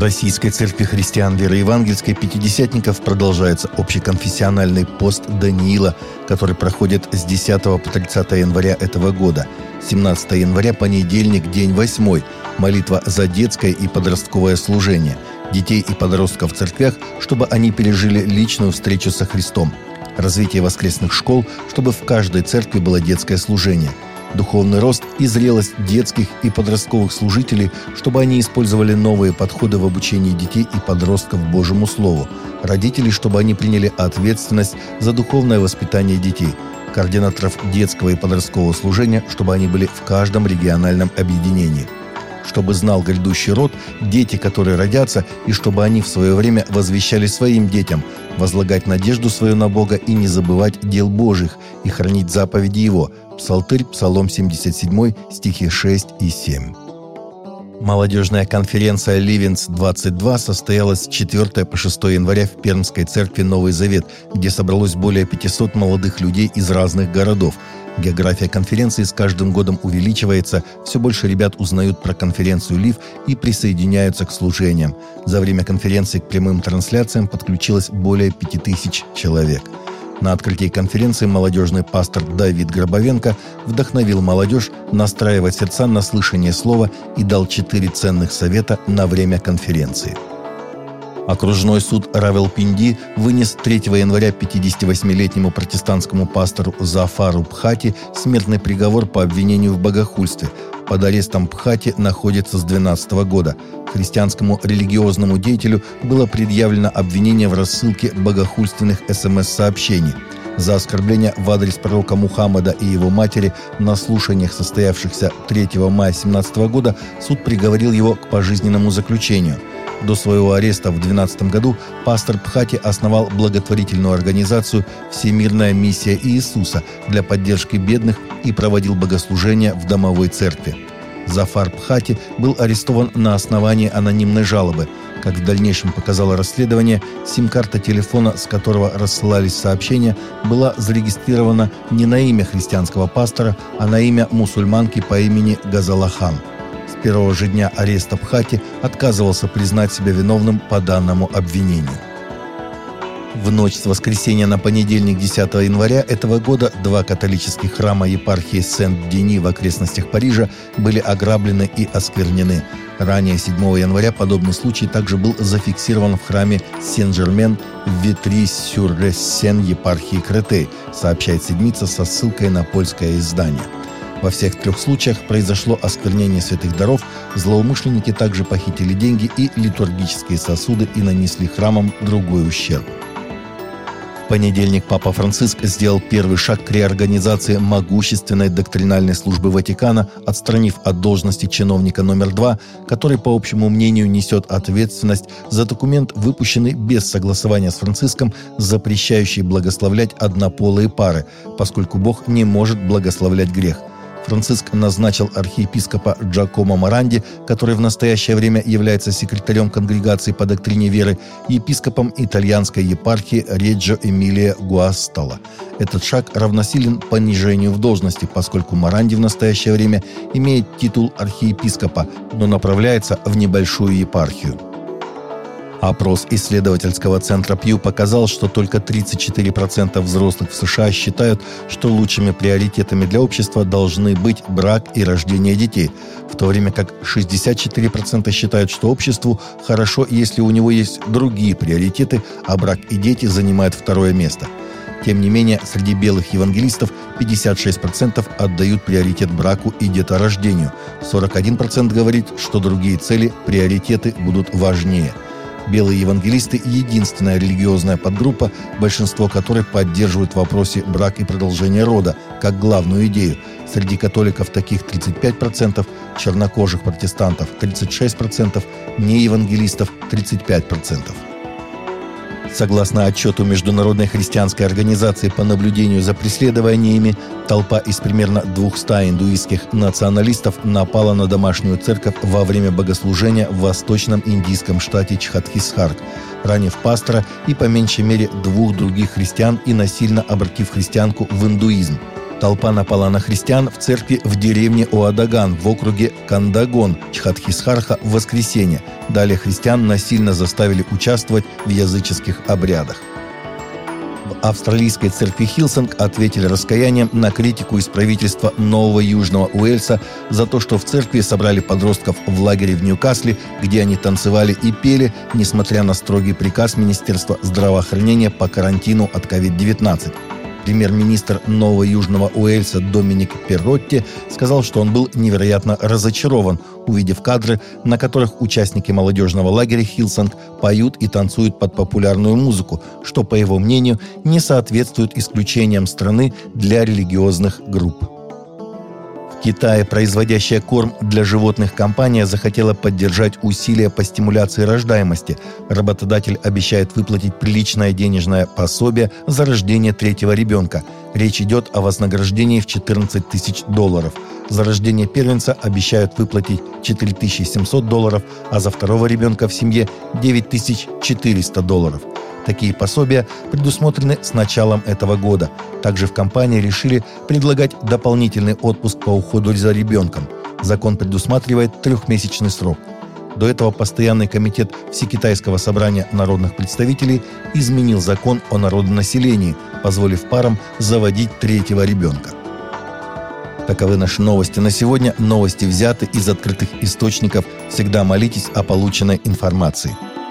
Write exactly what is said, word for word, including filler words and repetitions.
Российской церкви христиан веры евангельской пятидесятников продолжается общеконфессиональный пост Даниила, который проходит с десятого по тридцатое января этого года. семнадцатого января, понедельник, день восьмой. Молитва за детское и подростковое служение детей и подростков в церквях, чтобы они пережили личную встречу со Христом. Развитие воскресных школ, чтобы в каждой церкви было детское служение. Духовный рост и зрелость детских и подростковых служителей, чтобы они использовали новые подходы в обучении детей и подростков Божьему Слову. Родителей, чтобы они приняли ответственность за духовное воспитание детей. Координаторов детского и подросткового служения, чтобы они были в каждом региональном объединении. Чтобы знал грядущий род, дети, которые родятся, и чтобы они в свое время возвещали своим детям, возлагать надежду свою на Бога и не забывать дел Божьих, и хранить заповеди Его. Псалтырь, Псалом семьдесят семь, стихи шесть и семь. Молодежная конференция «Ливенс двадцать два» состоялась с четвёртого по шестое января в Пермской церкви «Новый Завет», где собралось более пятисот молодых людей из разных городов. География конференции с каждым годом увеличивается, все больше ребят узнают про конференцию «Лив» и присоединяются к служениям. За время конференции к прямым трансляциям подключилось более пяти тысяч человек. На открытии конференции молодежный пастор Давид Гробовенко вдохновил молодежь настраивать сердца на слышание слова и дал четыре ценных совета на время конференции. Окружной суд Равелпинди вынес третьего января пятидесятивосьмилетнему протестантскому пастору Зафару Пхати смертный приговор по обвинению в богохульстве. Под арестом Пхати находится с две тысячи двенадцатого года. Христианскому религиозному деятелю было предъявлено обвинение в рассылке богохульственных эс эм эс-сообщений. За оскорбление в адрес пророка Мухаммада и его матери на слушаниях, состоявшихся третьего мая две тысячи семнадцатого года, суд приговорил его к пожизненному заключению. До своего ареста в две тысячи двенадцатом году пастор Пхати основал благотворительную организацию «Всемирная миссия Иисуса» для поддержки бедных и проводил богослужения в домовой церкви. Зафар Пхати был арестован на основании анонимной жалобы. Как в дальнейшем показало расследование, сим-карта телефона, с которого рассылались сообщения, была зарегистрирована не на имя христианского пастора, а на имя мусульманки по имени Газалахан. С первого же дня ареста Пхати отказывался признать себя виновным по данному обвинению. В ночь с воскресенья на понедельник десятого января этого года два католических храма епархии Сен-Дени в окрестностях Парижа были ограблены и осквернены. Ранее, седьмого января, подобный случай также был зафиксирован в храме Сен-Жермен в Витри-сюр-Сен епархии Кретей, сообщает седмица со ссылкой на польское издание. Во всех трех случаях произошло осквернение святых даров, злоумышленники также похитили деньги и литургические сосуды и нанесли храмам другой ущерб. В понедельник Папа Франциск сделал первый шаг к реорганизации могущественной доктринальной службы Ватикана, отстранив от должности чиновника номер два, который, по общему мнению, несет ответственность за документ, выпущенный без согласования с Франциском, запрещающий благословлять однополые пары, поскольку Бог не может благословлять грех. Франциск назначил архиепископа Джакомо Моранди, который в настоящее время является секретарем конгрегации по доктрине веры, епископом итальянской епархии Реджо Эмилия Гуастала. Этот шаг равносилен понижению в должности, поскольку Моранди в настоящее время имеет титул архиепископа, но направляется в небольшую епархию. Опрос исследовательского центра Пью показал, что только тридцать четыре процента взрослых в США считают, что лучшими приоритетами для общества должны быть брак и рождение детей, в то время как шестьдесят четыре процента считают, что обществу хорошо, если у него есть другие приоритеты, а брак и дети занимают второе место. Тем не менее, среди белых евангелистов пятьдесят шесть процентов отдают приоритет браку и деторождению, сорок один процент говорит, что другие цели, приоритеты будут важнее. Белые евангелисты – единственная религиозная подгруппа, большинство которой поддерживают в вопросе брак и продолжение рода как главную идею. Среди католиков таких тридцать пять процентов, чернокожих протестантов – тридцать шесть процентов, неевангелистов – тридцать пять процентов. Согласно отчету Международной христианской организации по наблюдению за преследованиями, толпа из примерно двухсот индуистских националистов напала на домашнюю церковь во время богослужения в восточном индийском штате Чхаттисгар, ранив пастора и по меньшей мере двух других христиан и насильно обратив христианку в индуизм. Толпа напала на христиан в церкви в деревне Оадаган в округе Кандагон, Чхатхисхарха в воскресенье. Далее христиан насильно заставили участвовать в языческих обрядах. В австралийской церкви Хилсонг ответили раскаянием на критику из правительства Нового Южного Уэльса за то, что в церкви собрали подростков в лагере в Ньюкасле, где они танцевали и пели, несмотря на строгий приказ Министерства здравоохранения по карантину от ковид девятнадцать. Премьер-министр Нового Южного Уэльса Доминик Перротти сказал, что он был невероятно разочарован, увидев кадры, на которых участники молодежного лагеря Хилсонг поют и танцуют под популярную музыку, что, по его мнению, не соответствует исключениям страны для религиозных групп. В Китае производящая корм для животных компания захотела поддержать усилия по стимуляции рождаемости. Работодатель обещает выплатить приличное денежное пособие за рождение третьего ребенка. Речь идет о вознаграждении в четырнадцать тысяч долларов. За рождение первенца обещают выплатить четыре тысячи семьсот долларов, а за второго ребенка в семье девять тысяч четыреста долларов. Такие пособия предусмотрены с началом этого года. Также в компании решили предлагать дополнительный отпуск по уходу за ребенком. Закон предусматривает трехмесячный срок. До этого Постоянный комитет Всекитайского собрания народных представителей изменил закон о народонаселении, позволив парам заводить третьего ребенка. Таковы наши новости на сегодня. Новости взяты из открытых источников. Всегда молитесь о полученной информации.